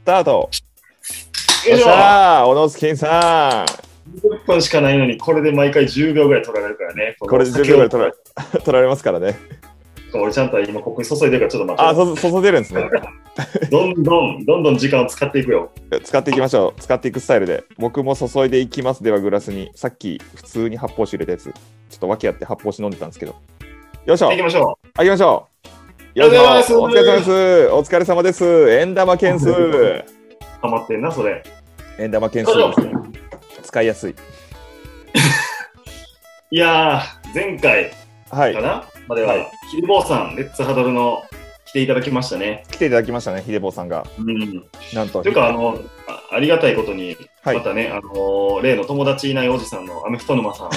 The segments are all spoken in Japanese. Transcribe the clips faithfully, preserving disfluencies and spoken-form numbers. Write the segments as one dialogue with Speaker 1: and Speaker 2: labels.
Speaker 1: タート。
Speaker 2: よいしょ。
Speaker 1: よっしゃー、小野助さ
Speaker 2: じゅっぷんしかないのに、これで毎回じゅうびょうぐらい取られるからね。
Speaker 1: ん。これでじゅうびょうぐらい取られ取られますからね。
Speaker 2: 俺ちゃんと今ここに注いでるからちょっと待って。
Speaker 1: あ、そ、注いでるんですね。
Speaker 2: どんどん、どんどん時間を使っていくよ。
Speaker 1: 使っていきましょう。使っていくスタイルで。僕も注いでいきます。ではグラスに、さっき普通に発泡酒入れたやつ、ちょっと訳あって発泡酒飲んでたんですけど。よいしょ。
Speaker 2: 行きましょう。
Speaker 1: 行きましょう。
Speaker 2: よいしょ。
Speaker 1: お疲れ様です。お疲れ様です。円玉件数。
Speaker 2: ハマってんな、それ。
Speaker 1: 円玉件数ですね。使いやすい。
Speaker 2: いやー、前回
Speaker 1: はい
Speaker 2: か。な、までは、
Speaker 1: はい、
Speaker 2: ヒデボーさん、レッツハドルの来ていただきましたね。
Speaker 1: 来ていただきましたね、ヒデボーさんが。
Speaker 2: うん。
Speaker 1: なんと。
Speaker 2: というか、あの、あ, ありがたいことに、
Speaker 1: はい、
Speaker 2: またね、あのー、例の友達いないおじさんのアメフト沼さん。
Speaker 1: はい。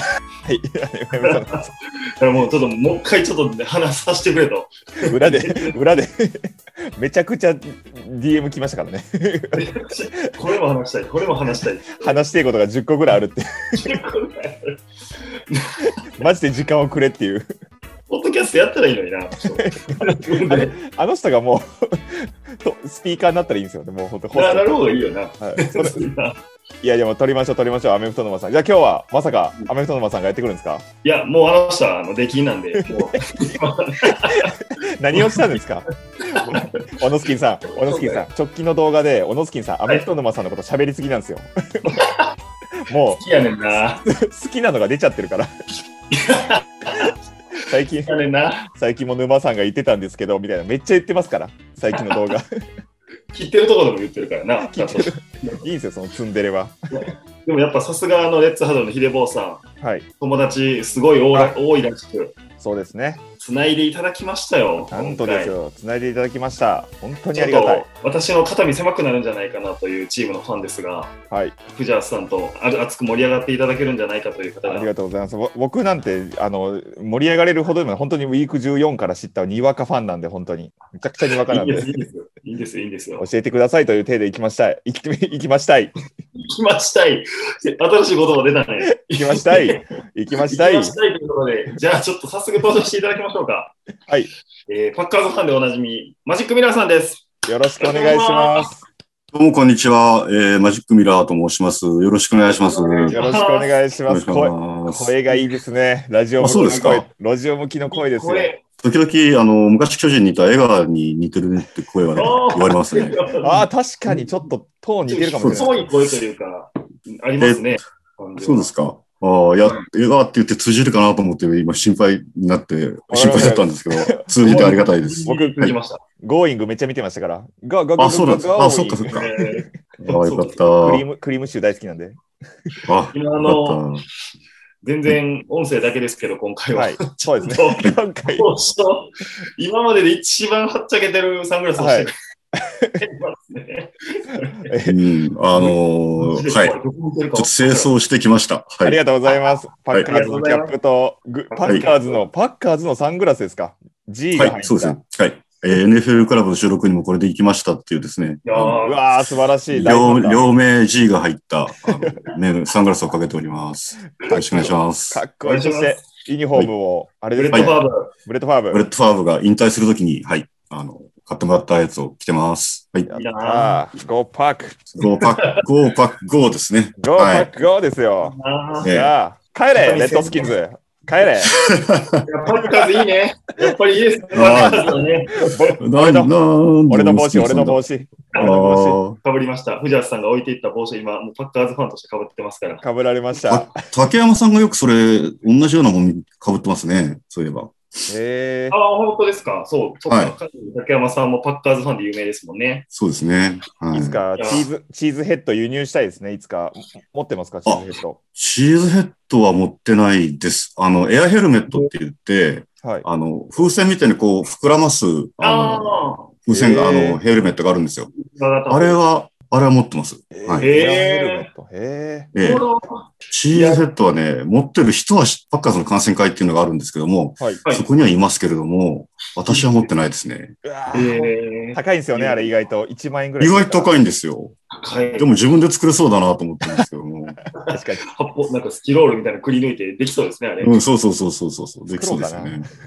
Speaker 2: だからもうちょっと、もう一回ちょっと話させてくれと。
Speaker 1: 裏で、裏で、めちゃくちゃ ディーエム 来ましたからね。
Speaker 2: これも話したい、これも話したい。
Speaker 1: 話したいことがじゅっこぐらいあるって。マジで時間をくれっていう。
Speaker 2: ポッドキャストやったらいいのにな。
Speaker 1: あれあの人がもうスピーカーになったらいいんですよね。もう本当
Speaker 2: なるほど、いいよな。
Speaker 1: はい、それいやでも取りましょう取りましょう、アメフト沼さん。じゃあ今日はまさかアメフト沼さんがやってくるんですか？
Speaker 2: いや、もうあの人はあの出禁なんで。もう
Speaker 1: 何をしたんですか？オノスキンさん、オノスキンさん、直近の動画でオノスキンさん、アメフト沼さんのこと喋りすぎなんですよ。もう
Speaker 2: 好きやねんな。
Speaker 1: 好きなのが出ちゃってるから。最近、最近も沼さんが言ってたんですけどみたいな、めっちゃ言ってますから、最近の動画。
Speaker 2: 切ってるところでも言ってるからな。
Speaker 1: いいんですよ、そのツンデレは。
Speaker 2: でもやっぱさすがのレッツハドルのヒデボーさん、はい、友達すごい多いらしく。
Speaker 1: そうですね。
Speaker 2: つないでいただきましたよ。
Speaker 1: なんとですよ。つないでいただきました。本当にありがたい。
Speaker 2: 私の肩身狭くなるんじゃないかなというチームのファンですが、はい、藤原さんと熱く盛り上がっていただけるんじゃないかという方が。
Speaker 1: ありがとうございます。僕なんてあの盛り上がれるほどでも本当にウィークじゅうよんから知ったにわかファンなんで、本当にめちゃくちゃにわかなんで。
Speaker 2: いいですよ。いいですよ。いいんですよ。
Speaker 1: 教えてくださいという体で行きましたい。行き行きましたい。
Speaker 2: 行きましたい。新しい言葉出たね。
Speaker 1: 行きましたい。行きましたい。
Speaker 2: 行きましたいということで、じゃあちょっと早速登場していただきましょうか。
Speaker 1: はい、
Speaker 2: えー。パッカーズファンでおなじみ、マジックミラーさんです。
Speaker 1: よろしくお願いします。
Speaker 3: どうもこんにちは、えー。マジックミラーと申します。よろしくお願いします。よろ
Speaker 1: しくお願いします。声, 声がいいですね。ラジオ向きの声。ラジオ向きの声ですよ。
Speaker 3: 時々あの昔巨人にいた江川に似てるねって声が、ね、言われますね。
Speaker 1: ああ、確かにちょっとトーン似てるかもしれない。
Speaker 2: そういう声というか、ありますね。
Speaker 3: そうですか。ああ、いや、江川って言って通じるかなと思って、今心配になって、心配だったんですけど、通じてありがたいです。
Speaker 1: 僕、ゴーイングめっちゃ見てましたから。
Speaker 3: ゴーゴーゴーあ、そうなんですか。あ、そっかそっか。ああ、よかった。
Speaker 1: クリーム、クリームシュー大好きなんで。
Speaker 3: あ、
Speaker 2: 今あの、全然音声だけですけど、今回は。はい、
Speaker 1: そうですね。今回。
Speaker 2: 今までで一番はっちゃけてるサングラスをしてる。
Speaker 3: うん、あのー、はい。ちょっと清掃してきました。
Speaker 1: はい、ありがとうございます。パッカーズのキャップと、パッカーズの、パッカーズのサングラスですか？ G が入った。
Speaker 3: はい、そうですね。はい。えー、エヌエフエル クラブの収録にもこれで行きましたっていうですね。
Speaker 1: うわー、素晴らしい。
Speaker 3: 両、両名 G が入ったあの、ね、サングラスをかけております。よろしくお願いします。
Speaker 1: かっこいい。そして、ユニフォームを、はい、あれです
Speaker 2: ね。ブレッドファーブ。
Speaker 1: ブレッドファーブ。
Speaker 3: ブレッドファーブが引退するときに、はい、あの、買ってもらったやつを着てます。はい。
Speaker 1: やったー。ゴーパック。
Speaker 3: ゴーパック、ゴーパック、ゴーですね。
Speaker 1: ゴーパック、ゴーですよ。じゃあ、帰れ、レッドスキンズ。帰れ。
Speaker 2: やっぱり数いいね。やっぱりいいですね。
Speaker 1: 俺の、俺の帽子、俺の帽子。俺の帽
Speaker 2: 子。かぶりました。藤原さんが置いていった帽子、今、もうパッカーズファンとしてかぶってますから。
Speaker 1: かぶられました。
Speaker 3: 竹山さんがよくそれ、同じようなもんかぶってますね。そういえば。
Speaker 1: へ
Speaker 2: ああ、本当ですか。そう。そうはい、竹山さんもパッカーズファンで有名ですもんね。
Speaker 3: そうですね。
Speaker 1: はい、いつかチーズ、チーズヘッド輸入したいですね。いつか。持ってますか、チーズヘッド。
Speaker 3: チーズヘッドは持ってないです。あの、エアヘルメットって言って、はい、あの、風船みたいにこう、膨らます、あの、風船が、あの、ヘルメットがあるんですよ。あれは、あれは持ってます。
Speaker 1: はい。へー。
Speaker 3: へー。チーズヘッドはね、持ってる人はパッカーズの観戦会っていうのがあるんですけども、はい、そこにはいますけれども、私は持ってないですね。
Speaker 1: えー、高いんですよね、あれ意外と。いちまんえんぐらい。
Speaker 3: 意外と高いんですよ。でも自分で作れそうだなと思ってるんですけども。
Speaker 1: 確かに。
Speaker 2: 発泡、なんかスチロールみたいなくり抜いてできそうですね、あれ。
Speaker 3: うん、そうそうそうそうそう。できそうですよね。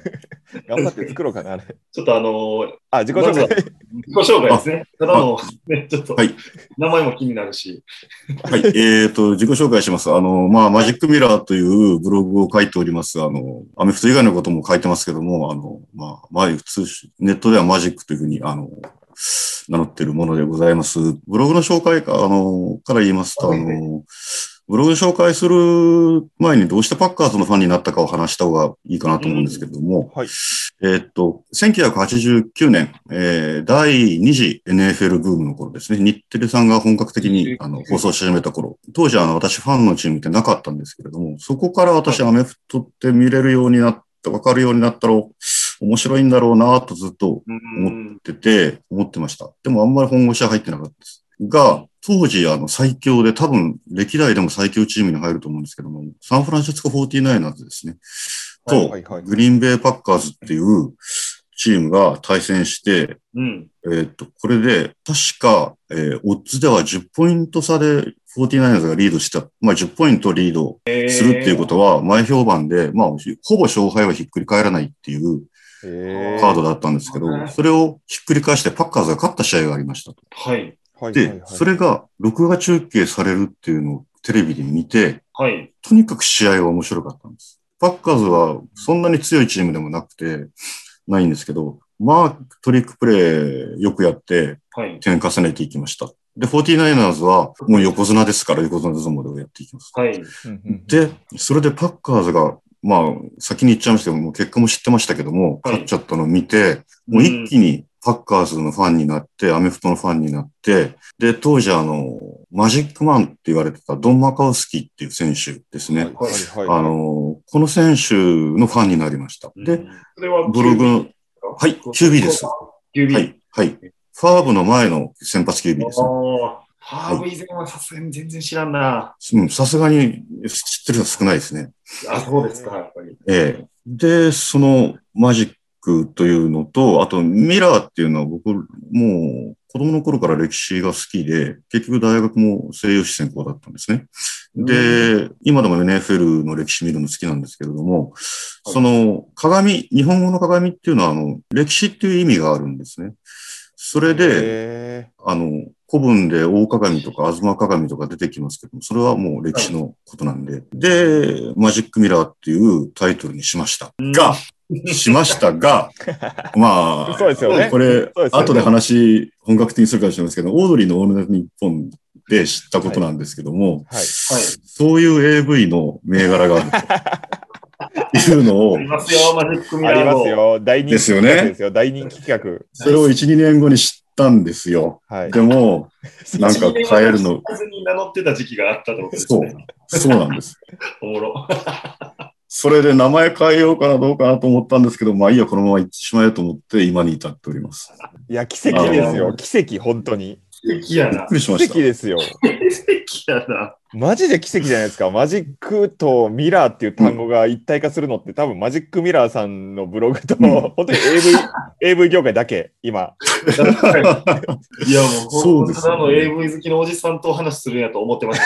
Speaker 1: 頑張って作ろうかな、あれ。
Speaker 2: ちょっとあのー、
Speaker 1: あ、自己紹介。
Speaker 2: 自己紹介ですね。ただの、ね、ちょっと、
Speaker 3: はい、
Speaker 2: 名前も気になるし。
Speaker 3: はい、えっと、自己紹介します。あの、まあ、マジックミラーというブログを書いております。あの、アメフト以外のことも書いてますけども、あの、まあ、まあ、普通、ネットではマジックというふうに、あの、名乗っているものでございます。ブログの紹介か、あの、から言いますと、あの、ブログ紹介する前にどうしてパッカーズのファンになったかを話した方がいいかなと思うんですけれども、はい、えー、っと、せんきゅうひゃくはちじゅうきゅうねん、えー、だいに次 エヌエフエル ブームの頃ですね、日テレさんが本格的にあの放送し始めた頃、当時あの私ファンのチームってなかったんですけれども、そこから私アメフトって見れるようになった、わかるようになったら面白いんだろうなとずっと思ってて、思ってました。でもあんまり本腰は入ってなかったです。が、当時、あの、最強で、多分、歴代でも最強チームに入ると思うんですけども、サンフランシスコフォーティーナイナーズですね。と、グリーンベイパッカーズっていうチームが対戦して、うん、えっと、これで、確か、えー、オッズではじゅっポイント差で、フォーティーナイナーズがリードした、まあ、じゅっポイントリードするっていうことは、前評判で、まあ、ほぼ勝敗はひっくり返らないっていうカードだったんですけど、それをひっくり返してパッカーズが勝った試合がありましたと。
Speaker 2: はい。
Speaker 3: で、それが録画中継されるっていうのをテレビで見て、はい、とにかく試合は面白かったんです。パッカーズはそんなに強いチームでもなくて、ないんですけど、まあトリックプレーよくやって、点重ねていきました。で、フォーティーナイナーズはもう横綱ですから横綱相撲でやっていきます。はい、で、それでパッカーズが、まあ先に言っちゃいましたけど、もう結果も知ってましたけども、勝っちゃったのを見て、もう一気に、パッカーズのファンになって、アメフトのファンになって、で、当時あの、マジックマンって言われてたドン・マカウスキーっていう選手ですね。はいはいはい、あの、この選手のファンになりました。で、ブログの、はい、キュービー です。キュービー。はい、はい。ファーブの前の先発 キュービー ですね。
Speaker 2: ファーブ以前はさすがに全然知らんな。
Speaker 3: うん、さすがに知ってる人少ないですね。
Speaker 2: あ、そうですか、やっぱり。
Speaker 3: ええ。で、そのマジックというのと、あとミラーっていうのは僕もう子供の頃から歴史が好きで、結局大学も西洋史専攻だったんですね。で、今でも エヌエフエル の歴史見るの好きなんですけれども、その鏡、日本語の鏡っていうのはあの歴史っていう意味があるんですね。それで、あの、古文で大鏡とか東鏡とか出てきますけども、それはもう歴史のことなんで。で、マジックミラーっていうタイトルにしました。が、しましたが、まあ、
Speaker 1: そうですよね。
Speaker 3: これ、ね、後で話、本格的にするかもしれませんけど、オードリーのオールナイトニッポンで知ったことなんですけども、はいはい、そういう エーブイ の銘柄があるというのを、
Speaker 2: ありますよ、マジックミラー。
Speaker 1: ありますよ。大人気企画ですよ。大人気企画。
Speaker 3: それをいち、にねんごに知ったんですよ。はい、でも、なんか変えるの。
Speaker 2: に名乗ってた時期があったってことですね。
Speaker 3: そう、そうなんです。
Speaker 2: おもろ。
Speaker 3: それで名前変えようかなどうかなと思ったんですけど、まあいいや、このまま行ってしまえと思って今に至っております。
Speaker 1: いや、奇跡ですよ。奇跡、本当に。
Speaker 2: 奇跡やな。
Speaker 3: びっくりしました。
Speaker 1: 奇跡ですよ。
Speaker 2: 奇跡やな。
Speaker 1: マジで奇跡じゃないですか。マジックとミラーっていう単語が一体化するのって、うん、多分マジックミラーさんのブログと、うん、本当に エーブイ、エーブイ 業界だけ、今。
Speaker 2: いや、もう、そうです、ね。ただの エーブイ 好きのおじさんと話するんやと思ってました。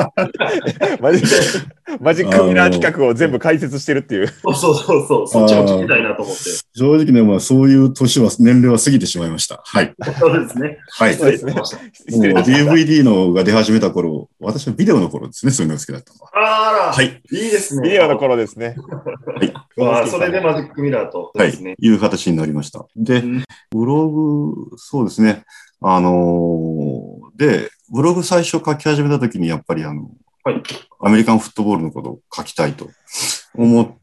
Speaker 1: マジマジックミラー企画を全部解説してるっていう。
Speaker 2: そうそうそうそう、そっちも聞きたいなと思って。
Speaker 3: 正直ね、まあそういう年は、年齢は過ぎてしまいました。はい。
Speaker 2: そうですね。
Speaker 3: はい。失礼しました。もう ディーブイディー のが出始めた頃、私はビデオの頃ですね、そういうのが好きだったのは。
Speaker 2: あら、
Speaker 3: はい。
Speaker 2: いいですね。
Speaker 1: ビデオの頃ですね。
Speaker 3: はい。
Speaker 2: まあ、それでマジックミラーと。
Speaker 3: はい。いう形になりました。で、うん、ブログ、そうですね。あのー、で、ブログ最初書き始めた時にやっぱりあの、はい、アメリカンフットボールのことを書きたいと思って、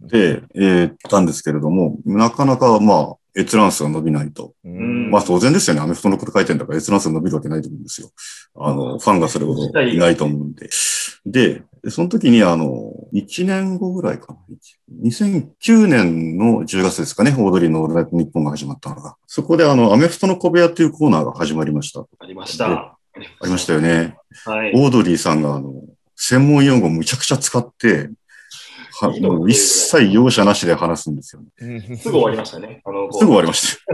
Speaker 3: えー、たんですけれども、なかなかまあ、閲覧数が伸びないと。まあ当然ですよね。アメフトのこと書いてんだから閲覧数が伸びるわけないと思うんですよ。あの、ファンがそれほどいないと思うんで。で、その時にあの、いちねんごぐらいかな。にせんきゅうねんのじゅうがつですかね。オードリーのオールナイトニッポンが始まったのが。そこであの、アメフトの小部屋っていうコーナーが始まりました。
Speaker 2: ありました。
Speaker 3: ありましたよね。
Speaker 2: はい。
Speaker 3: オードリーさんがあの、専門用語をむちゃくちゃ使って、 はもう一切容赦なしで話すんですよ
Speaker 2: ね。すぐ終わりましたね。
Speaker 3: あのすぐ終わりました。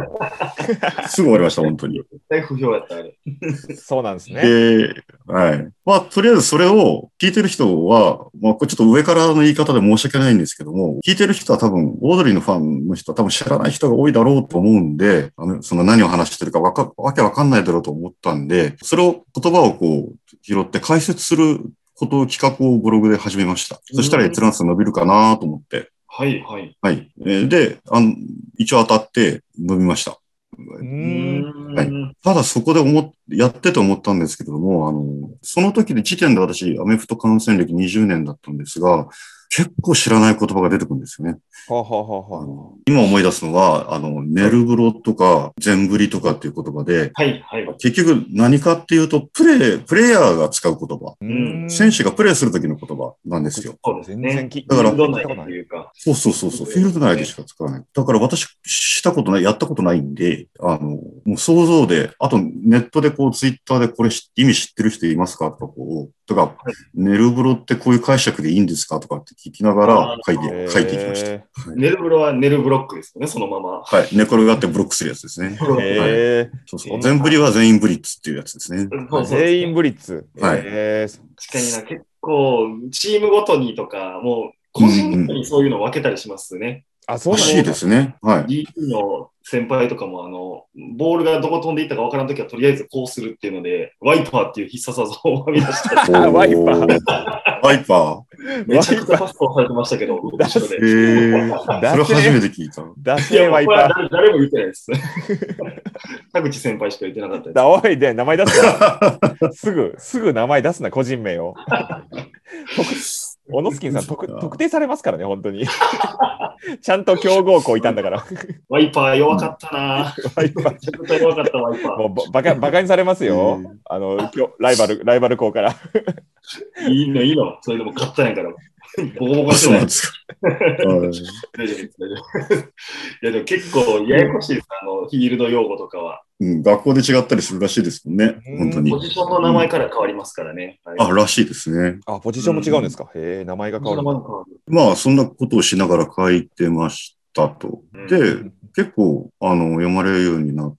Speaker 3: すぐ終わりました、本当に。
Speaker 2: 大不評やったあれ。
Speaker 1: そうなんですね。
Speaker 3: で、はい。まあ、とりあえずそれを聞いてる人は、まあ、これちょっと上からの言い方で申し訳ないんですけども、聞いてる人は多分、オードリーのファンの人は多分知らない人が多いだろうと思うんで、あのその何を話してるかわか、わけわかんないだろうと思ったんで、それを言葉をこう、拾って解説することを企画をブログで始めました。そしたら閲覧数伸びるかなと思って。
Speaker 2: はい、はい。
Speaker 3: はい。で、あの一応当たって伸びました。
Speaker 2: うん
Speaker 3: はい、ただそこで思っ、やってて思ったんですけれども、あの、その時で時点で私、アメフト観戦歴にじゅうねんだったんですが、結構知らない言葉が出てくるんですよね。
Speaker 1: はははは
Speaker 3: 今思い出すのは、あの、ネルブロとか、全振りとかっていう言葉で、
Speaker 2: はいはい、
Speaker 3: 結局何かっていうと、プレイ、プレイヤーが使う言葉。
Speaker 2: うん、
Speaker 3: 選手がプレイする時の言葉なんですよ。
Speaker 2: そうですね。
Speaker 3: だから、
Speaker 2: フィールド内というか。
Speaker 3: そうそうそうそう、フィールド内でしか使わない。だから私、したことない、やったことないんで、あの、もう想像で、あとネットでこう、ツイッターでこれ意味知ってる人いますかとか、こう、とか、はい、ネルブロってこういう解釈でいいんですかとかって聞きながら書いて、書いていきました。
Speaker 2: はい、ネルブロはネルブロックですよね、そのまま。
Speaker 3: はい。寝転がってブロックするやつですね。
Speaker 1: へ
Speaker 3: はい、そうそう。全振りは全員ブリッツっていうやつですね。
Speaker 1: 全員ブリッツ。
Speaker 3: はい。
Speaker 2: 確かにな、結構、チームごとにとか、もう、個人ごとにそういうのを分けたりしますね。
Speaker 1: うん、あ、そう
Speaker 3: らしいですね。はい。
Speaker 2: ディーピー の先輩とかも、あの、ボールがどこ飛んでいったか分からんときは、とりあえずこうするっていうので、ワイパーっていう必殺技を編み出した。
Speaker 1: ワイパー
Speaker 3: ワイパ
Speaker 2: ーめちゃくちゃパスをされてましたけど、後ろで。
Speaker 3: へー。それ初めて聞いた。
Speaker 1: だせワイパー。
Speaker 2: 誰, 誰も言ってないです。田口先輩しか言ってなかったです。
Speaker 1: だおいで、名前出すな。すぐ、すぐ名前出すな、個人名を。オノスキンさん特、特定されますからね、本当に。ちゃんと強豪校いたんだから。
Speaker 2: ワイパー弱かったな。ワイパー。ちゃんと弱かったワイパー。
Speaker 1: もうバカ、バカにされますよ。あの、ライバル、ライバル校から。
Speaker 2: いいの、いいの。それでも勝ったんやから。ボコボコしてない。大丈夫です、大丈夫。いや、でも結構ややこしいです、あの、フィールド用語とかは。
Speaker 3: うん、学校で違ったりするらしいですもんね、本当に。
Speaker 2: ポジションの名前から変わりますからね。
Speaker 3: うんはい、あ、らしいですね。
Speaker 1: あ、ポジションも違うんですか。うん、へえ、名前が変わる。
Speaker 3: まあ、そんなことをしながら書いてましたと。うん、で、結構、あの、読まれるようになって、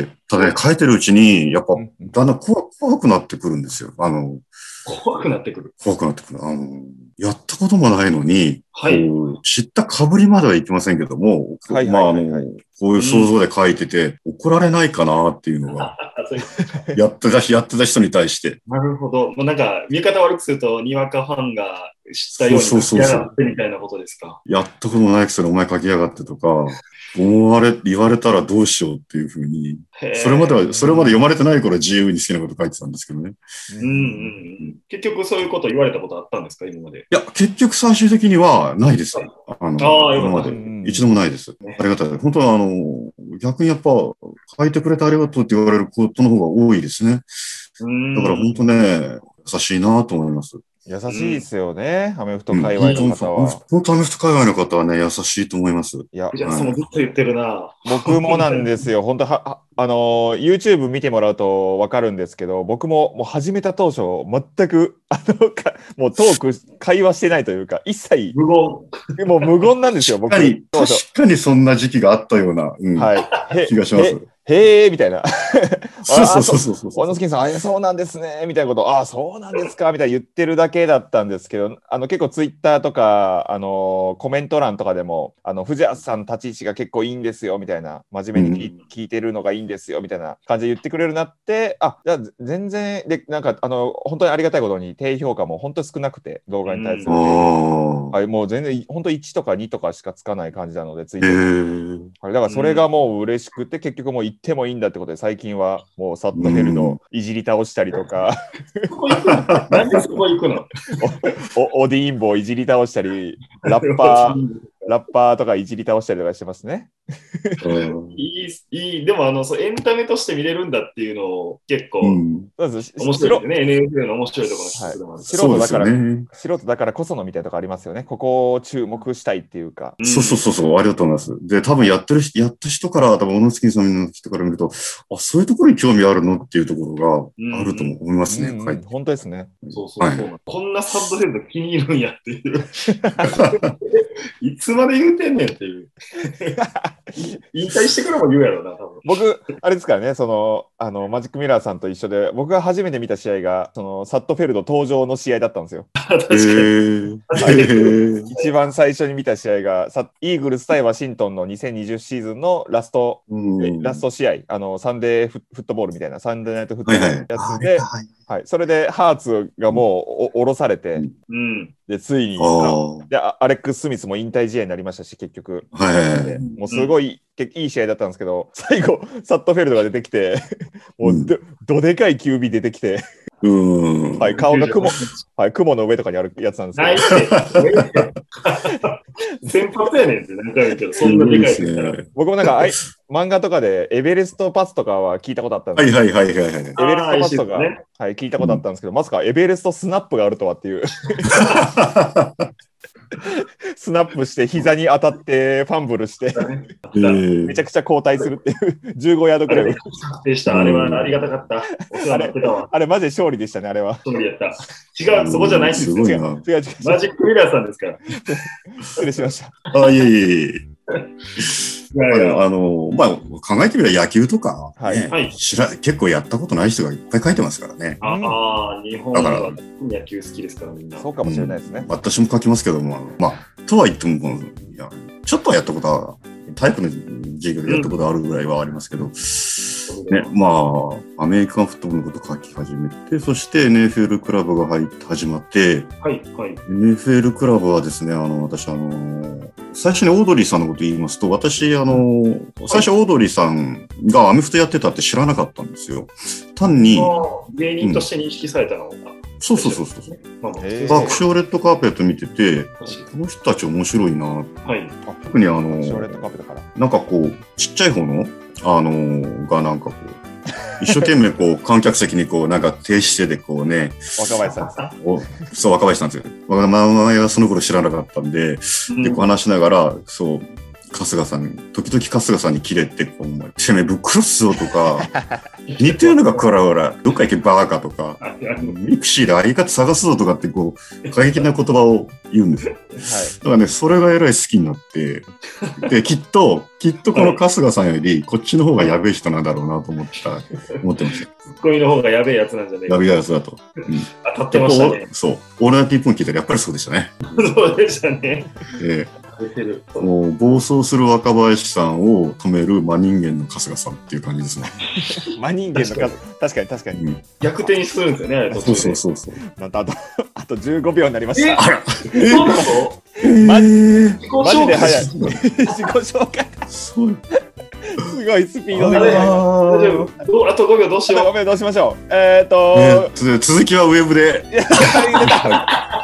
Speaker 3: ただね、書いてるうちに、やっぱ、だんだん怖、怖くなってくるんですよ。あの、
Speaker 2: 怖くなってくる。
Speaker 3: 怖くなってくる。あの、やったこともないのに、
Speaker 2: はい、
Speaker 3: 知ったかぶりまではいきませんけども、はいまあ、あの、こういう想像で書いてて、うん、怒られないかなっていうのが、やってたし、やってた人に対して。
Speaker 2: なるほど。もうなんか、見方悪くすると、にわかファンが知ったように書きやがってみたいなことですか。
Speaker 3: やったことないくせにお前書きやがってとか、思われ、言われたらどうしようっていうふうに、それまでは、それまで読まれてない頃は自由に好きなこと書いてたんですけどね。
Speaker 2: うんうんうん、結局そういうこと言われたことあったんですか、今まで。い
Speaker 3: や、結局最終的にはないです。あの、
Speaker 2: あ
Speaker 3: 今まで。一度もないです。ありがたい。本当は、あの、逆にやっぱ、書いてくれてありがとうって言われることの方が多いですね。だから本当ね、優しいなと思います。
Speaker 1: 優しいですよね、うん、アメフト界隈の方は。
Speaker 3: 本当アメフト界隈の方はね、優しいと思います。
Speaker 2: いや、じゃあ、そのずっと言ってるな。
Speaker 1: 僕もなんですよ。本当は、あの、YouTube 見てもらうと分かるんですけど、僕ももう始めた当初、全く、あの、かもうトーク、会話してないというか、一切、
Speaker 2: 無言。
Speaker 1: もう無言なんですよ、僕。
Speaker 3: 確かに、確かにそんな時期があったような、うん、はい、気がします。
Speaker 1: へーみたいな。
Speaker 3: そうそうそうそうそう。
Speaker 1: 小野スキンさん、あ、そうなんですね、みたいなこと、あ、そうなんですか、みたいな言ってるだけだったんですけど、あの結構ツイッターとか、あのコメント欄とかでも、あの藤原さんの立ち位置が結構いいんですよ、みたいな、真面目に聞、うん、聞いてるのがいいんですよ、みたいな感じで言ってくれるなって、あ、じゃあ全然、で、なんか、あの、本当にありがたいことに、低評価も本当に少なくて、動画に対する。はい、もう全然、本当いちとかにとかしかつかない感じなので、ツイッター。はい、だからそれがもう嬉しくて、結局もう行ってもいいんだってことで、最近はもうサットヘルのいじり倒したりとか、
Speaker 2: そこ行くの？なんでそこ行くの？
Speaker 1: おオディーンボをいじり倒したり、ラッパー、ラッパーとかいじり倒したりとかしてますね。
Speaker 2: いい、いい、でもあのそうエンタメとして見れるんだっていうのを結構、うん、面白いですね。エヌエフエル の面白いところの一つでもある。
Speaker 1: 素人だから、ね、素人だからこそのみたいなところありますよね。ここを注目したいっていうか。
Speaker 3: うん、そうそうそうそう、ありがとうございます。で、多分やってるやった人から、多分小野月さんの人から見ると、あ、そういうところに興味あるのっていうところがあると思いますね。
Speaker 1: うんうん
Speaker 3: はい、
Speaker 1: 本当ですね。
Speaker 2: そうそうそう、はい。こんなサッドヘッド気に入るんやっていう。いつまで言うてんねんっていう。引退してからも言うやろな、多分。
Speaker 1: 僕、あれですからね、その、あの、マジックミラーさんと一緒で、僕が初めて見た試合が、その、サットフェルド登場の試合だったんですよ。
Speaker 2: 確かに。
Speaker 1: 一番最初に見た試合が、イーグルス対ワシントンのにせんにじゅうシーズンのラスト、ラスト試合、あの、サンデーフットボールみたいな、サンデーナイトフットボールのやつで、はい、それでハーツがもう降ろされて、
Speaker 2: うん、
Speaker 1: でついにでアレックス・スミスも引退試合になりましたし、結局、
Speaker 3: はい、
Speaker 1: もうすごい、うん、いい試合だったんですけど、最後、サットフェルドが出てきて、もう ど, どでかい キュービー 出てきて、
Speaker 3: うん
Speaker 1: はい、顔が雲、はい、雲の上とかにあるやつなんですけど。
Speaker 2: 先発やねんって何回も言うけど、そんなでかいです
Speaker 1: ね。僕もなんかあい漫画とかでエベレストパスとかは聞いたことあったんですけど、
Speaker 3: はいはいはいはい、はい、エベレス
Speaker 1: トパスとか、ね、はい、聞いたことあったんですけど、うん、まさかエベレストスナップがあるとはっていう。スナップして膝に当たってファンブルして、えー、めちゃくちゃ後退するっていうじゅうごヤードくらい
Speaker 2: でした。あれはありがたかった。
Speaker 1: あれ、あれマジで勝利でしたね、あれは。
Speaker 2: 勝利やった。違う、そこじゃないんですよ。違う、違う、違う。マジックミラーさんですから。
Speaker 1: 失礼しました。
Speaker 3: あ、いえいえいえ。あの、まあ、考えてみれば野球とか、ね、はい、知ら結構やったことない人がいっぱい書いてますからね。
Speaker 2: ああ、日本は野球好きですからみんな。
Speaker 1: そうかもしれないですね。
Speaker 3: うん、私も書きますけども、まあ、とは言っても、いやちょっとはやったことは、体育の授業でやったことあるぐらいはありますけど、うんね、まあ、アメリカンフットボールのこと書き始めて、そして エヌエフエル クラブが入って始まって、
Speaker 2: はいはい、エ
Speaker 3: ヌエフエル クラブはですね、あの、私、あの、最初にオードリーさんのこと言いますと、私、あの、最初オードリーさんがアメフトやってたって知らなかったんですよ。単に。
Speaker 2: 芸人として認識されたのが、うん、
Speaker 3: そうそうそうそう。爆笑レッドカーペット見てて、この人たち面白いな。はい、特にあの、なんかこう、ちっちゃい方の、あのー、がなんかこう、一生懸命こう、観客席にこう、なんか低姿勢でこうね、
Speaker 1: 若林さんです。
Speaker 3: そう、若林さんですよ。名前はその頃知らなかったんで、うん、で、こう話しながら、そう、春日さんに、時々春日さんにキレて、こう、てめえぶっ殺すぞとか、似てるのがこらほら、どっか行けバーカとか、ミクシーで相方探すぞとかってこう、過激な言葉を言うんですよ。はい、だからね、それがえらい好きになって、で、きっと、きっとこの春日さんより、こっちの方がやべえ人なんだろうなと思った、思ってました。
Speaker 2: ツッコミの方がやべえやつなんじゃないか。
Speaker 3: やべえやつだと。うん、
Speaker 2: 当たってましたね。
Speaker 3: そう。オールナイトニッポン聞いたらやっぱりそうでしたね。
Speaker 2: そうでしたね。
Speaker 3: えーもう暴走する若林さんを止める真人間の春日さんっていう感じですね。
Speaker 1: 真人間の春確かに確かに、うん、
Speaker 2: 逆転にするんですよね。
Speaker 3: そうそうそうそう。
Speaker 1: なんとあとあとじゅうごびょうになりました。
Speaker 2: えあら、えー、そうなの？
Speaker 1: マジ、自己紹介早い。自己紹介。
Speaker 3: そう
Speaker 1: すごいスピードで。
Speaker 2: あ, あとごびょうどうしよう。
Speaker 1: あとごびょうどうしましょう。えっ、ー、と
Speaker 3: ーね、続きはウェブで。